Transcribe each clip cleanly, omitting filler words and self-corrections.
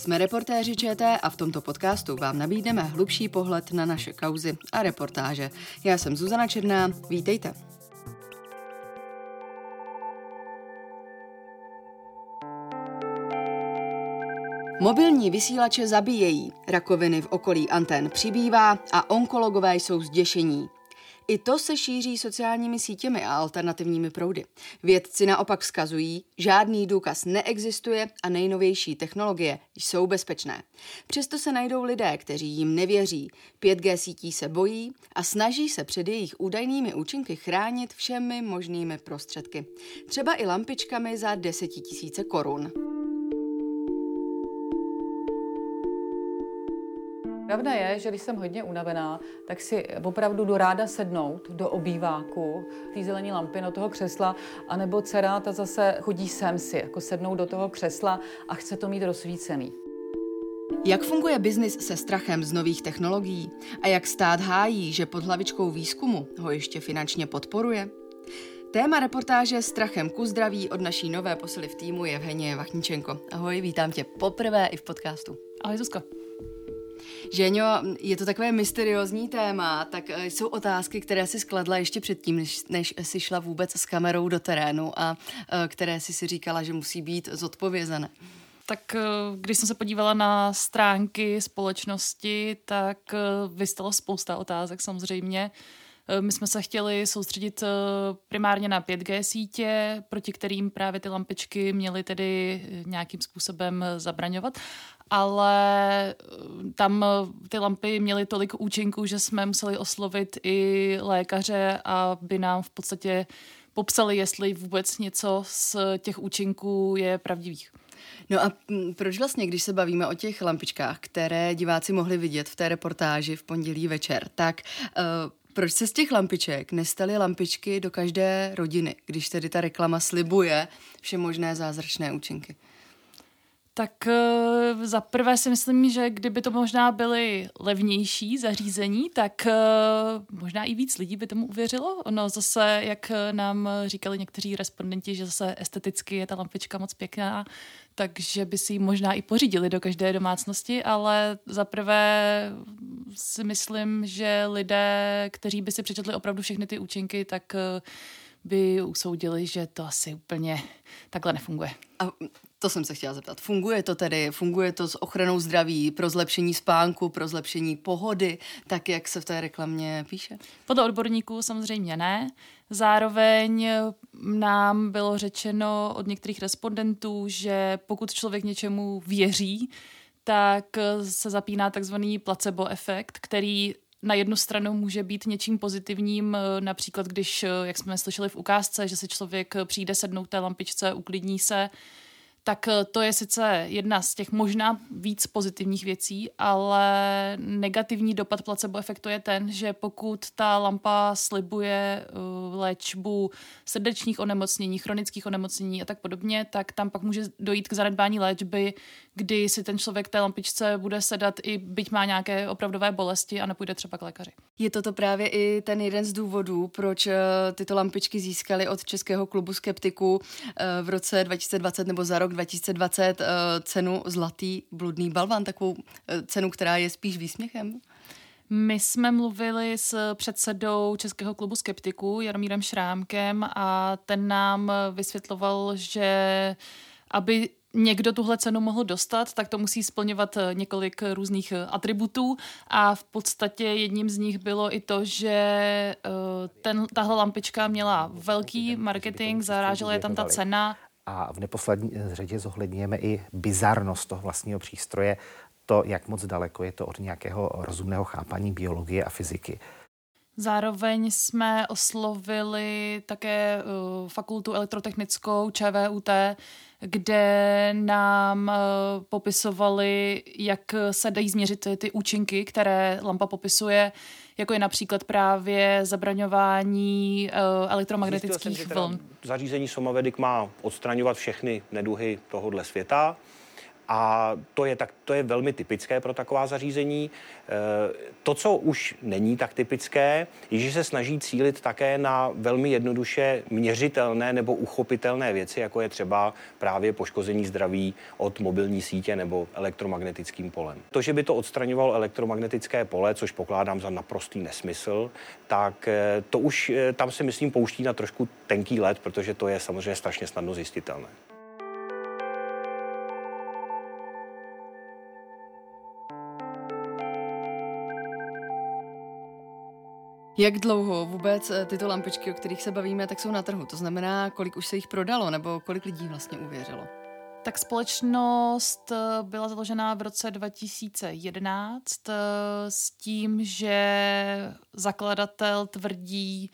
Jsme reportéři ČT a v tomto podcastu vám nabídneme hlubší pohled na naše kauzy a reportáže. Já jsem Zuzana Černá, vítejte. Mobilní vysílače zabíjejí, rakoviny v okolí antén přibývá a onkologové jsou zděšení. I to se šíří sociálními sítěmi a alternativními proudy. Vědci naopak vzkazují, žádný důkaz neexistuje a nejnovější technologie jsou bezpečné. Přesto se najdou lidé, kteří jim nevěří. 5G sítí se bojí a snaží se před jejich údajnými účinky chránit všemi možnými prostředky. Třeba i lampičkami za 10 000 korun. Pravda je, že když jsem hodně unavená, tak si opravdu jdu ráda sednout do obýváku, té zelené lampy do toho křesla, anebo dcera ta zase chodí sem si, jako sednout do toho křesla a chce to mít rozsvícený. Jak funguje biznis se strachem z nových technologií a jak stát hájí, že pod hlavičkou výzkumu ho ještě finančně podporuje? Téma reportáže Strachem ku zdraví od naší nové posily v týmu je Evhenie Vachničenko. Ahoj, vítám tě poprvé i v podcastu. Ahoj Zuzko. Ženio, je to takové mysteriózní téma, tak jsou otázky, které jsi skladla ještě předtím, než jsi šla vůbec s kamerou do terénu a které jsi si říkala, že musí být zodpovězené. Tak když jsem se podívala na stránky společnosti, tak vystalo spousta otázek samozřejmě. My jsme se chtěli soustředit primárně na 5G sítě, proti kterým právě ty lampičky měly tedy nějakým způsobem zabraňovat, ale tam ty lampy měly tolik účinků, že jsme museli oslovit i lékaře, aby nám v podstatě popsali, jestli vůbec něco z těch účinků je pravdivých. No a proč vlastně, když se bavíme o těch lampičkách, které diváci mohli vidět v té reportáži v pondělí večer, tak proč se z těch lampiček nestaly lampičky do každé rodiny, když tedy ta reklama slibuje všemožné zázračné účinky? Tak za prvé si myslím, že kdyby to možná byly levnější zařízení, tak možná i víc lidí by tomu uvěřilo. Ono zase, jak nám říkali někteří respondenti, že zase esteticky je ta lampička moc pěkná, takže by si ji možná i pořídili do každé domácnosti, ale za prvé si myslím, že lidé, kteří by si přečetli opravdu všechny ty účinky, tak by usoudili, že to asi úplně takhle nefunguje. A to jsem se chtěla zeptat. Funguje to s ochranou zdraví, pro zlepšení spánku, pro zlepšení pohody, tak jak se v té reklamě píše? Podle odborníků samozřejmě ne. Zároveň nám bylo řečeno od některých respondentů, že pokud člověk něčemu věří, tak se zapíná takzvaný placebo efekt, který na jednu stranu může být něčím pozitivním, například když, jak jsme slyšeli v ukázce, že si člověk přijde sednout té lampičce, uklidní se, tak to je sice jedna z těch možná víc pozitivních věcí, ale negativní dopad placebo efektu je ten, že pokud ta lampa slibuje léčbu srdečních onemocnění, chronických onemocnění a tak podobně, tak tam pak může dojít k zanedbání léčby, kdy si ten člověk té lampičce bude sedat i byť má nějaké opravdové bolesti a nepůjde třeba k lékaři. Je to právě i ten jeden z důvodů, proč tyto lampičky získaly od Českého klubu skeptiků v roce 2020 nebo za rok 2020 cenu Zlatý bludný balvan, takovou cenu, která je spíš výsměchem? My jsme mluvili s předsedou Českého klubu skeptiků Jaromírem Šrámkem a ten nám vysvětloval, že aby někdo tuhle cenu mohl dostat, tak to musí splňovat několik různých atributů a v podstatě jedním z nich bylo i to, že tahle lampička měla velký marketing, zarážela je tam ta cena. A v neposlední řadě zohledňujeme i bizarnost toho vlastního přístroje, to, jak moc daleko je to od nějakého rozumného chápání biologie a fyziky. Zároveň jsme oslovili také fakultu elektrotechnickou ČVUT, kde nám popisovali, jak se dají změřit ty účinky, které lampa popisuje, jako je například právě zabraňování elektromagnetických vln. Zařízení Somavedic má odstraňovat všechny neduhy tohohle světa A to je velmi typické pro taková zařízení. To, co už není tak typické, je, že se snaží cílit také na velmi jednoduše měřitelné nebo uchopitelné věci, jako je třeba právě poškození zdraví od mobilní sítě nebo elektromagnetickým polem. To, že by to odstraňovalo elektromagnetické pole, což pokládám za naprostý nesmysl, tak to už tam si myslím pouští na trošku tenký led, protože to je samozřejmě strašně snadno zjistitelné. Jak dlouho vůbec tyto lampičky, o kterých se bavíme, tak jsou na trhu? To znamená, kolik už se jich prodalo, nebo kolik lidí vlastně uvěřilo? Tak společnost byla založena v roce 2011 s tím, že zakladatel tvrdí,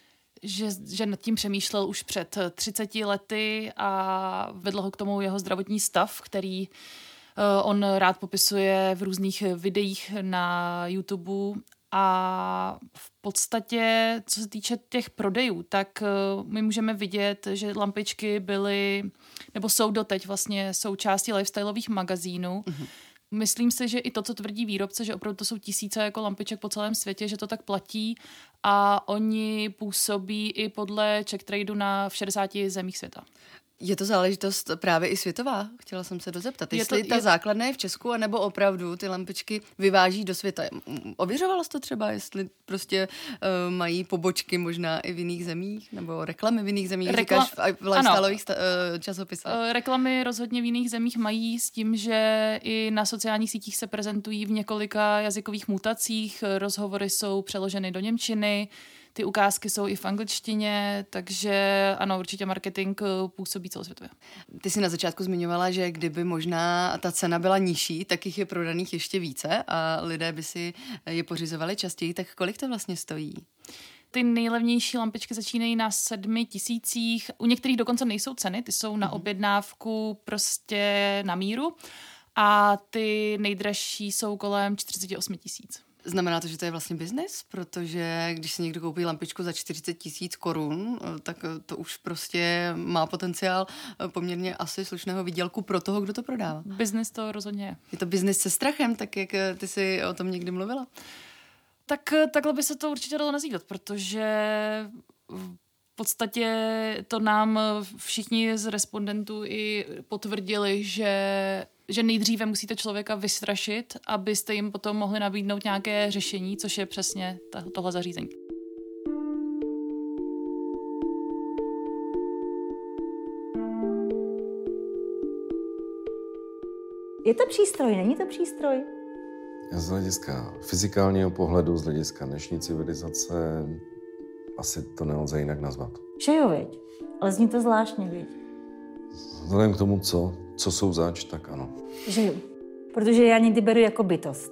že nad tím přemýšlel už před 30 lety a vedl ho k tomu jeho zdravotní stav, který on rád popisuje v různých videích na YouTube. A v podstatě, co se týče těch prodejů, tak my můžeme vidět, že lampičky byly, nebo jsou doteď vlastně součástí lifestyleových magazínů. Mm-hmm. Myslím si, že i to, co tvrdí výrobce, že opravdu to jsou tisíce jako lampiček po celém světě, že to tak platí a oni působí i podle CheckTradu v 60 zemích světa. Je to záležitost právě i světová? Chtěla jsem se dozeptat. Jestli ta základna je v Česku, anebo opravdu ty lampičky vyváží do světa. Ověřovalo jsi to třeba, jestli prostě mají pobočky možná i v jiných zemích, nebo reklamy v jiných zemích, říkáš v lifestyleových časopisech? Reklamy rozhodně v jiných zemích mají s tím, že i na sociálních sítích se prezentují v několika jazykových mutacích, rozhovory jsou přeloženy do němčiny, ty ukázky jsou i v angličtině, takže ano, určitě marketing působí celosvětově. Ty jsi na začátku zmiňovala, že kdyby možná ta cena byla nižší, tak jich je prodaných ještě více a lidé by si je pořizovali častěji, tak kolik to vlastně stojí? Ty nejlevnější lampičky začínají na 7 000, u některých dokonce nejsou ceny, ty jsou na objednávku prostě na míru a ty nejdražší jsou kolem 48 000. Znamená to, že to je vlastně biznis? Protože když si někdo koupí lampičku za 40 000 korun, tak to už prostě má potenciál poměrně asi slušného výdělku pro toho, kdo to prodává. Biznis to rozhodně je. Je to biznis se strachem, tak jak ty jsi o tom někdy mluvila? Tak takhle by se to určitě dalo nazývat, protože v podstatě to nám všichni z respondentů i potvrdili, že nejdříve musíte člověka vystrašit, abyste jim potom mohli nabídnout nějaké řešení, což je přesně tohle zařízení. Je to přístroj, není to přístroj? Z hlediska fyzikálního pohledu, z hlediska dnešní civilizace, asi to nelze jinak nazvat. Že jo, viď? Ale zní to zvláštně, viď? Vzhledem k tomu, co jsou zač, tak ano. Že jo. Protože já někdy beru jako bytost.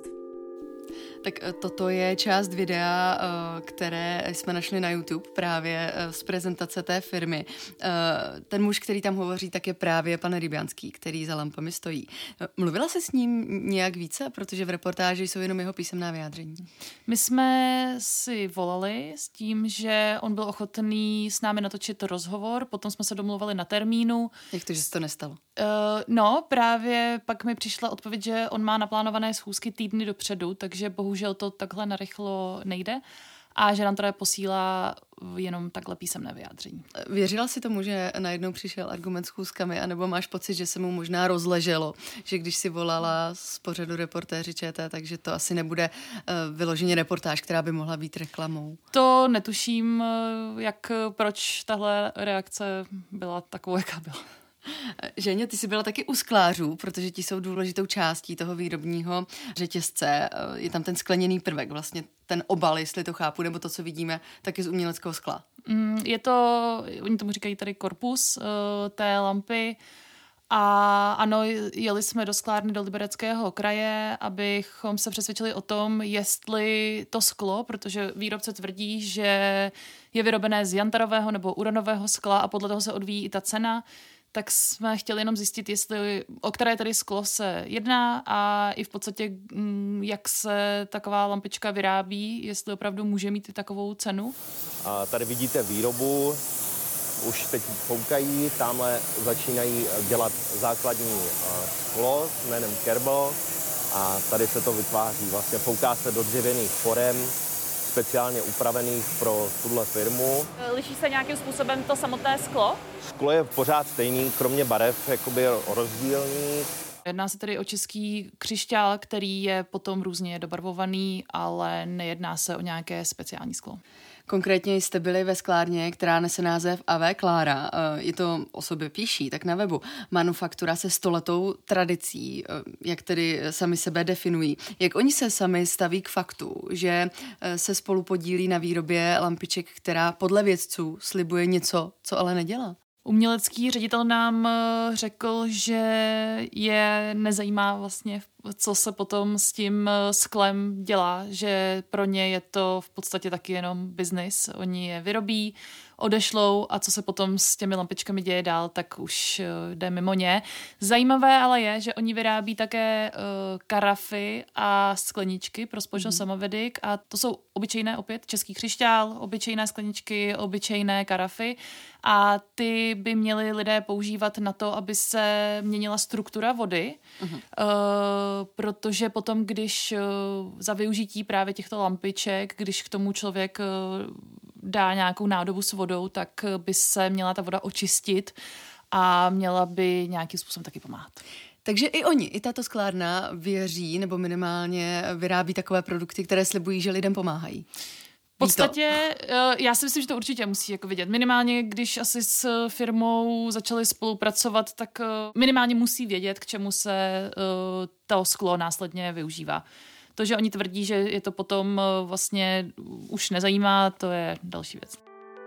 Tak toto je část videa, které jsme našli na YouTube právě z prezentace té firmy. Ten muž, který tam hovoří, tak je právě pan Rybjanský, který za lampami stojí. Mluvila jsi s ním nějak více? Protože v reportáži jsou jenom jeho písemná vyjádření. My jsme si volali s tím, že on byl ochotný s námi natočit rozhovor, potom jsme se domluvili na termínu. Jak to, že se to nestalo? No, právě pak mi přišla odpověď, že on má naplánované schůzky týdny dopředu, takže bohužel to takhle narychlo nejde a že nám teda posílá jenom takhle písemné vyjádření. Věřila si tomu, že najednou přišel argument s schůzkami, anebo máš pocit, že se mu možná rozleželo, že když si volala z pořadu Reportéři ČT, takže to asi nebude vyloženě reportáž, která by mohla být reklamou? To netuším, proč tahle reakce byla takovou, jaká byla. Ženě, ty jsi byla taky u sklářů, protože ti jsou důležitou částí toho výrobního řetězce. Je tam ten skleněný prvek, vlastně ten obal, jestli to chápu, nebo to, co vidíme, tak je z uměleckého skla. Je to, oni tomu říkají tady korpus té lampy. A ano, jeli jsme do sklárny do Libereckého kraje, abychom se přesvědčili o tom, jestli to sklo, protože výrobce tvrdí, že je vyrobené z jantarového nebo uranového skla a podle toho se odvíjí i ta cena, tak jsme chtěli jenom zjistit, o které tady sklo se jedná a i v podstatě, jak se taková lampička vyrábí, jestli opravdu může mít i takovou cenu. A tady vidíte výrobu už teď poukají, tamhle začínají dělat základní sklo jménem Kerbal a tady se to vytváří. Vlastně pouká se do dřevěných forem, speciálně upravených pro tuhle firmu. Liší se nějakým způsobem to samotné sklo? Sklo je pořád stejný, kromě barev, jakoby rozdílný. Jedná se tedy o český křišťál, který je potom různě dobarvovaný, ale nejedná se o nějaké speciální sklo. Konkrétně jste byli ve sklárně, která nese název A.V. Klára. Je to o sobě píší, tak na webu. Manufaktura se 100letou tradicí, jak tedy sami sebe definují. Jak oni se sami staví k faktu, že se spolu podílí na výrobě lampiček, která podle vědců slibuje něco, co ale nedělá? Umělecký ředitel nám řekl, že je nezajímá vlastně, co se potom s tím sklem dělá, že pro ně je to v podstatě taky jenom biznis. Oni je vyrobí, odešlou a co se potom s těmi lampičkami děje dál, tak už jde mimo ně. Zajímavé ale je, že oni vyrábí také karafy a skleničky pro společnost Samovedik a to jsou obyčejné opět český křišťál, obyčejné skleničky, obyčejné karafy a ty by měli lidé používat na to, aby se měnila struktura vody, protože potom, když za využití právě těchto lampiček, když k tomu člověk dá nějakou nádobu s vodou, tak by se měla ta voda očistit a měla by nějakým způsobem taky pomáhat. Takže i oni, i tato sklárna věří nebo minimálně vyrábí takové produkty, které slibují, že lidem pomáhají. V podstatě, já si myslím, že to určitě musí jako vidět. Minimálně, když asi s firmou začali spolupracovat, tak minimálně musí vědět, k čemu se to sklo následně využívá. To, že oni tvrdí, že je to potom vlastně už nezajímá, to je další věc.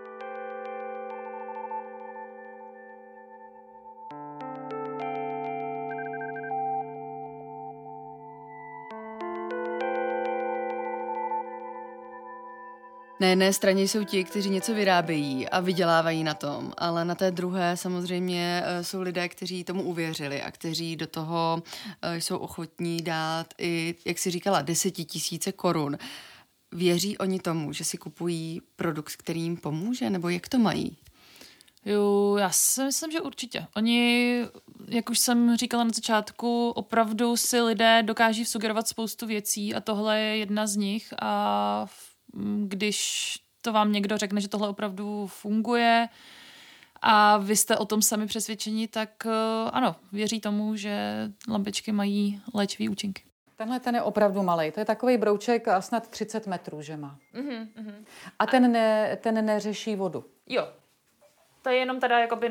Na jedné straně jsou ti, kteří něco vyrábějí a vydělávají na tom, ale na té druhé samozřejmě jsou lidé, kteří tomu uvěřili a kteří do toho jsou ochotní dát i, jak si říkala, 10 000 korun. Věří oni tomu, že si kupují produkt, který jim pomůže, nebo jak to mají? Jo, já si myslím, že určitě. Oni, jak už jsem říkala na začátku, opravdu si lidé dokáží sugerovat spoustu věcí a tohle je jedna z nich a když to vám někdo řekne, že tohle opravdu funguje a vy jste o tom sami přesvědčeni, tak ano, věří tomu, že lampičky mají léčivý účinky. Tenhle ten je opravdu malej. To je takový brouček a snad 30 metrů, že má. A ten neřeší vodu. Jo. To je jenom teda jakoby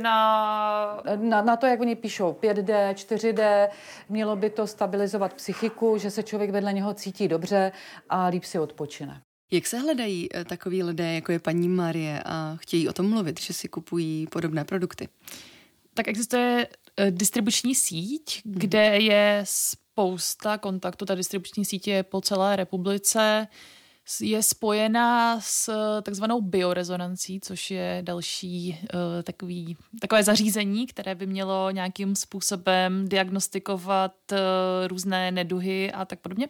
na to, jak oni píšou 5D, 4D, mělo by to stabilizovat psychiku, že se člověk vedle něho cítí dobře a líp si odpočine. Jak se hledají takoví lidé, jako je paní Marie a chtějí o tom mluvit, že si kupují podobné produkty? Tak existuje distribuční síť, kde je spousta kontaktů. Ta distribuční síť je po celé republice. Je spojená s takzvanou biorezonancí, což je další takové zařízení, které by mělo nějakým způsobem diagnostikovat různé neduhy a tak podobně.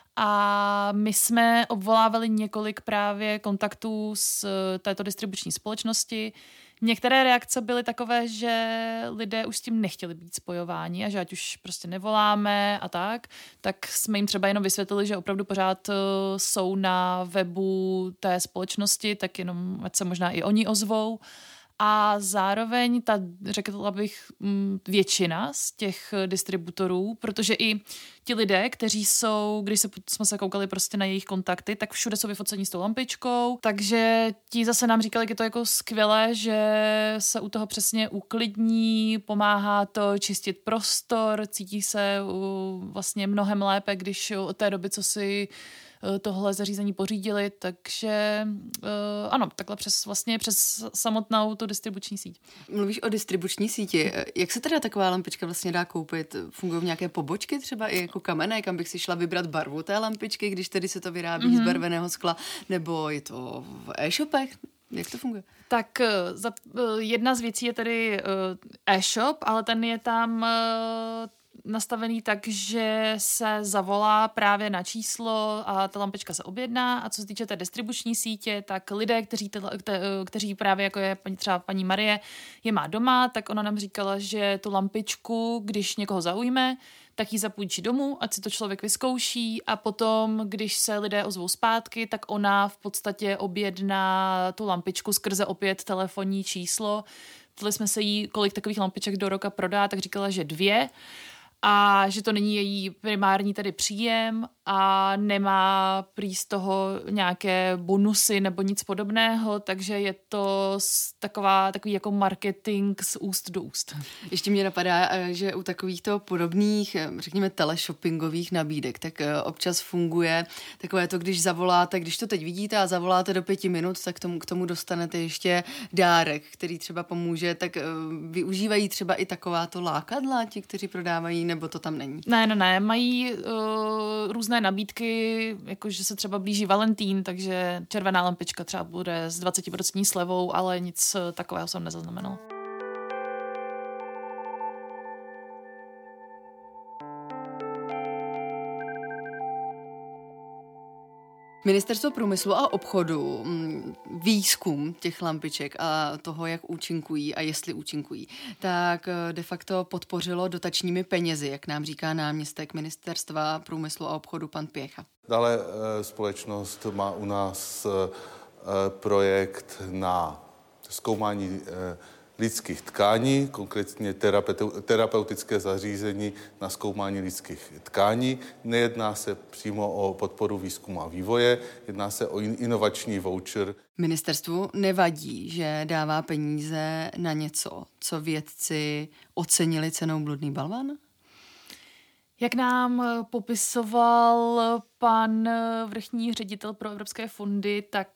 A my jsme obvolávali několik právě kontaktů s této distribuční společnosti. Některé reakce byly takové, že lidé už s tím nechtěli být spojováni a že ať už prostě nevoláme a tak jsme jim třeba jenom vysvětlili, že opravdu pořád jsou na webu té společnosti, tak jenom ať se možná i oni ozvou. A zároveň řekla bych, většina z těch distributorů, protože i ti lidé, kteří jsou, když jsme se koukali prostě na jejich kontakty, tak všude jsou vyfocení s tou lampičkou, takže ti zase nám říkali, že to je jako skvělé, že se u toho přesně uklidní, pomáhá to čistit prostor, cítí se vlastně mnohem lépe, když od té doby, co si tohle zařízení pořídili, takže ano, takhle přes samotnou tu distribuční síť. Mluvíš o distribuční síti. Jak se teda taková lampička vlastně dá koupit? Fungují nějaké pobočky třeba i jako kamenné, kam bych si šla vybrat barvu té lampičky, když tedy se to vyrábí z barveného skla, nebo je to v e-shopech? Jak to funguje? Tak jedna z věcí je tedy e-shop, ale ten je tam nastavený tak, že se zavolá právě na číslo a ta lampička se objedná. A co se týče té distribuční sítě, tak lidé, kteří právě jako je třeba paní Marie, je má doma, tak ona nám říkala, že tu lampičku, když někoho zaujme, tak ji zapůjčí domů, ať si to člověk vyzkouší a potom, když se lidé ozvou zpátky, tak ona v podstatě objedná tu lampičku skrze opět telefonní číslo. Ptali jsme se jí, kolik takových lampiček do roka prodá, tak říkala, že 2 a že to není její primární tedy příjem a nemá prý z toho nějaké bonusy nebo nic podobného, takže je to takový jako marketing z úst do úst. Ještě mě napadá, že u takovýchto podobných, řekněme, teleshoppingových nabídek, tak občas funguje takové to, když zavoláte, když to teď vidíte a zavoláte do 5 minut, tak k tomu dostanete ještě dárek, který třeba pomůže, tak využívají třeba i takováto lákadla, ti, kteří prodávají, nebo to tam není? Ne, mají různé nabídky, jakože se třeba blíží Valentín, takže červená lampička třeba bude s 20% slevou, ale nic takového jsem nezaznamenala. Ministerstvo průmyslu a obchodu, výzkum těch lampiček a toho, jak účinkují a jestli účinkují, tak de facto podpořilo dotačními penězi, jak nám říká náměstek Ministerstva průmyslu a obchodu pan Pěcha. Dále společnost má u nás projekt na zkoumání lidských tkání, konkrétně terapeutické zařízení na zkoumání lidských tkání. Nejedná se přímo o podporu výzkumu a vývoje, jedná se o inovační voucher. Ministerstvu nevadí, že dává peníze na něco, co vědci ocenili cenou bludný balvan? Jak nám popisoval pan vrchní ředitel pro evropské fondy, tak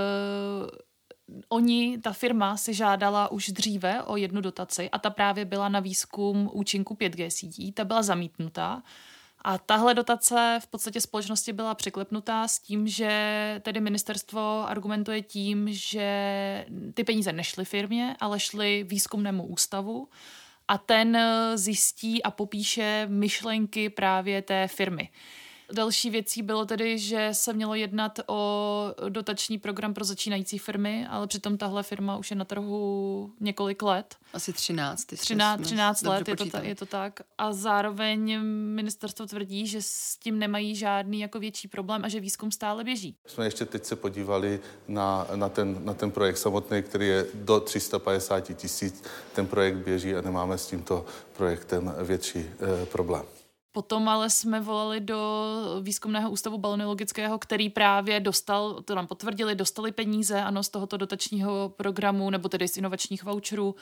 ta firma si žádala už dříve o 1 dotaci a ta právě byla na výzkum účinku 5G sítí, ta byla zamítnutá a tahle dotace v podstatě společnosti byla překlepnutá s tím, že tedy ministerstvo argumentuje tím, že ty peníze nešly firmě, ale šly výzkumnému ústavu a ten zjistí a popíše myšlenky právě té firmy. Další věcí bylo tedy, že se mělo jednat o dotační program pro začínající firmy, ale přitom tahle firma už je na trhu několik let. Asi 13. 13 let, je to tak. A zároveň ministerstvo tvrdí, že s tím nemají žádný jako větší problém a že výzkum stále běží. Jsme ještě teď se podívali na ten projekt samotný, který je do 350 000. Ten projekt běží a nemáme s tímto projektem větší problém. Potom ale jsme volali do výzkumného ústavu balneologického, který právě to nám potvrdili, dostali peníze, ano, z tohoto dotačního programu, nebo tedy z inovačních voucherů.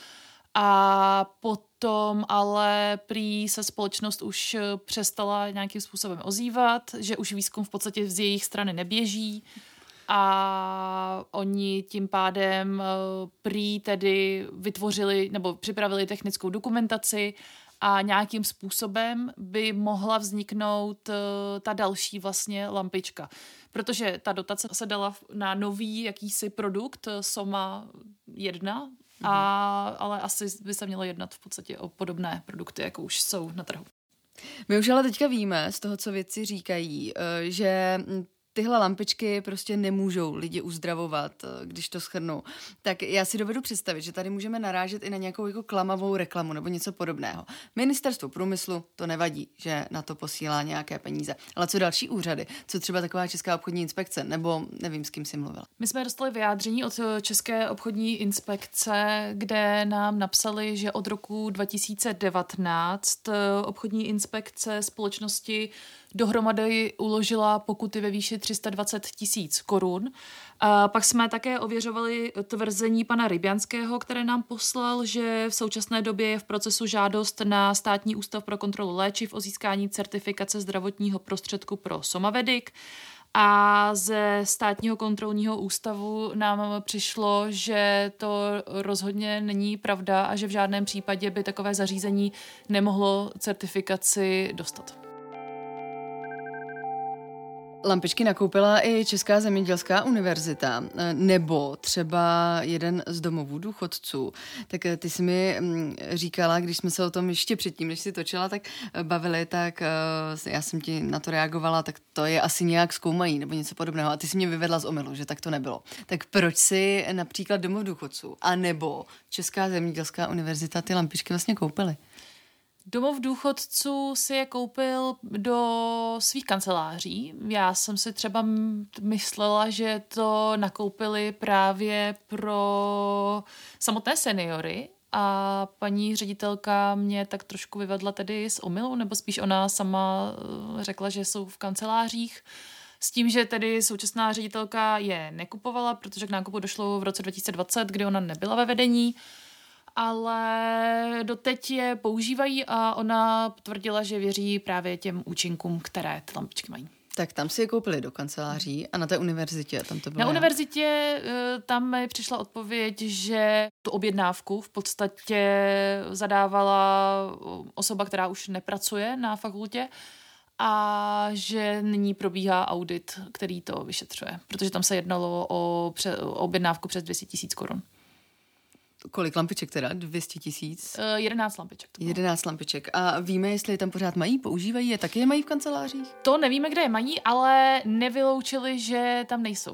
A potom ale prý se společnost už přestala nějakým způsobem ozývat, že už výzkum v podstatě z jejich strany neběží. A oni tím pádem prý tedy vytvořili nebo připravili technickou dokumentaci a nějakým způsobem by mohla vzniknout ta další vlastně lampička. Protože ta dotace se dala na nový jakýsi produkt Soma 1, ale asi by se mělo jednat v podstatě o podobné produkty, jako už jsou na trhu. My už ale teďka víme z toho, co vědci říkají, že tyhle lampičky prostě nemůžou lidi uzdravovat, když to shrnu. Tak já si dovedu představit, že tady můžeme narážet i na nějakou jako klamavou reklamu nebo něco podobného. Ministerstvu průmyslu to nevadí, že na to posílá nějaké peníze. Ale co další úřady? Co třeba taková Česká obchodní inspekce? Nebo nevím, s kým jsi mluvila. My jsme dostali vyjádření od České obchodní inspekce, kde nám napsali, že od roku 2019 obchodní inspekce společnosti dohromady uložila pokuty ve výši 320 000 korun. A pak jsme také ověřovali tvrzení pana Rybianského, které nám poslal, že v současné době je v procesu žádost na Státní ústav pro kontrolu léčiv o získání certifikace zdravotního prostředku pro Somavedic. A ze Státního kontrolního ústavu nám přišlo, že to rozhodně není pravda a že v žádném případě by takové zařízení nemohlo certifikaci dostat. Lampičky nakoupila i Česká zemědělská univerzita, nebo třeba jeden z domovů důchodců. Tak ty jsi mi říkala, když jsme se o tom ještě předtím, než si točila, tak bavili, tak já jsem ti na to reagovala, tak to je asi nějak zkoumají, nebo něco podobného. A ty jsi mě vyvedla z omylu, že tak to nebylo. Tak proč si například domov důchodců, a nebo Česká zemědělská univerzita ty lampičky vlastně koupily? Domov důchodců si je koupil do svých kanceláří. Já jsem si třeba myslela, že to nakoupili právě pro samotné seniory a paní ředitelka mě tak trošku vyvedla tedy z omylu, nebo spíš ona sama řekla, že jsou v kancelářích. S tím, že tedy současná ředitelka je nekupovala, protože k nákupu došlo v roce 2020, kdy ona nebyla ve vedení, ale doteď je používají a ona potvrdila, že věří právě těm účinkům, které ty lampičky mají. Tak tam si je koupili do kanceláří a na té univerzitě tam to bylo. Na univerzitě tam mi přišla odpověď, že tu objednávku v podstatě zadávala osoba, která už nepracuje na fakultě a že nyní probíhá audit, který to vyšetřuje, protože tam se jednalo o objednávku přes 200 000 korun. Kolik lampiček teda? 200 000? 11 lampiček. 11 lampiček. A víme, jestli je tam pořád mají? Používají je? Taky je mají v kancelářích? To nevíme, kde je mají, ale nevyloučili, že tam nejsou.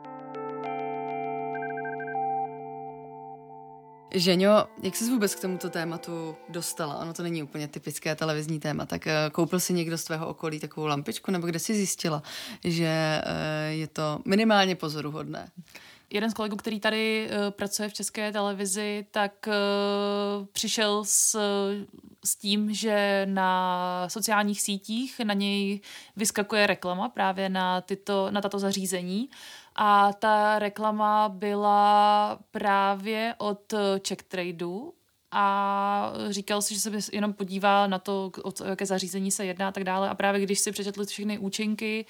Ženio, jak jsi vůbec k tomuto tématu dostala? Ono to není úplně typické televizní téma, tak koupil si někdo z tvého okolí takovou lampičku, nebo kde jsi zjistila, že je to minimálně pozoruhodné? Jeden z kolegů, který tady pracuje v České televizi, tak přišel s tím, že na sociálních sítích na něj vyskakuje reklama právě na tato zařízení. A ta reklama byla právě od CzechTradeu a říkal si, že se jenom podívá na to, o jaké zařízení se jedná a tak dále. A právě když si přečetl všechny účinky,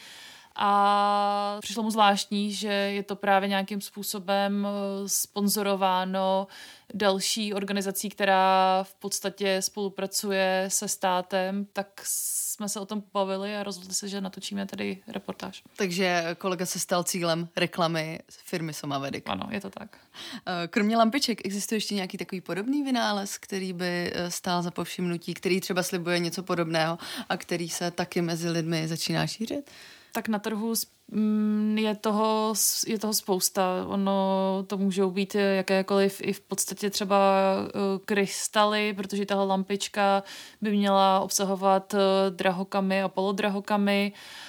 a přišlo mu zvláštní, že je to právě nějakým způsobem sponzorováno další organizací, která v podstatě spolupracuje se státem, tak jsme se o tom bavili a rozhodli se, že natočíme tady reportáž. Takže kolega se stal cílem reklamy firmy Somavedic. Ano, je to tak. Kromě lampiček existuje ještě nějaký takový podobný vynález, který by stál za povšimnutí, který třeba slibuje něco podobného a který se taky mezi lidmi začíná šířit? Tak na trhu je toho spousta. Ono to můžou být jakékoliv i v podstatě třeba krystaly, protože tahle lampička by měla obsahovat drahokamy a polodrahokamy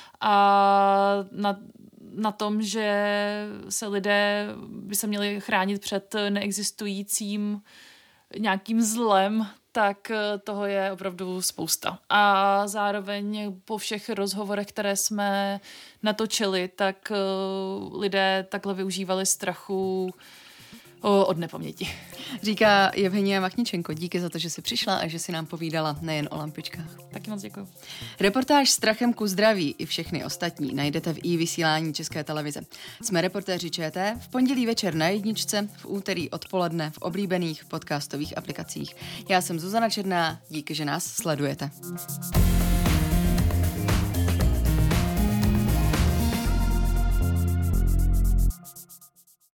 a na tom, že se lidé by se měli chránit před neexistujícím nějakým zlem, tak toho je opravdu spousta. A zároveň po všech rozhovorech, které jsme natočili, tak lidé takhle využívali strachu od nepaměti. Říká Jevhenia Machničenko, díky za to, že jsi přišla a že jsi nám povídala nejen o lampičkách. Taky moc děkuji. Reportáž Strachem ku zdraví i všechny ostatní najdete v iVysílání České televize. Jsme reportéři ČT v pondělí večer na Jedničce, v úterý odpoledne v oblíbených podcastových aplikacích. Já jsem Zuzana Černá, díky, že nás sledujete.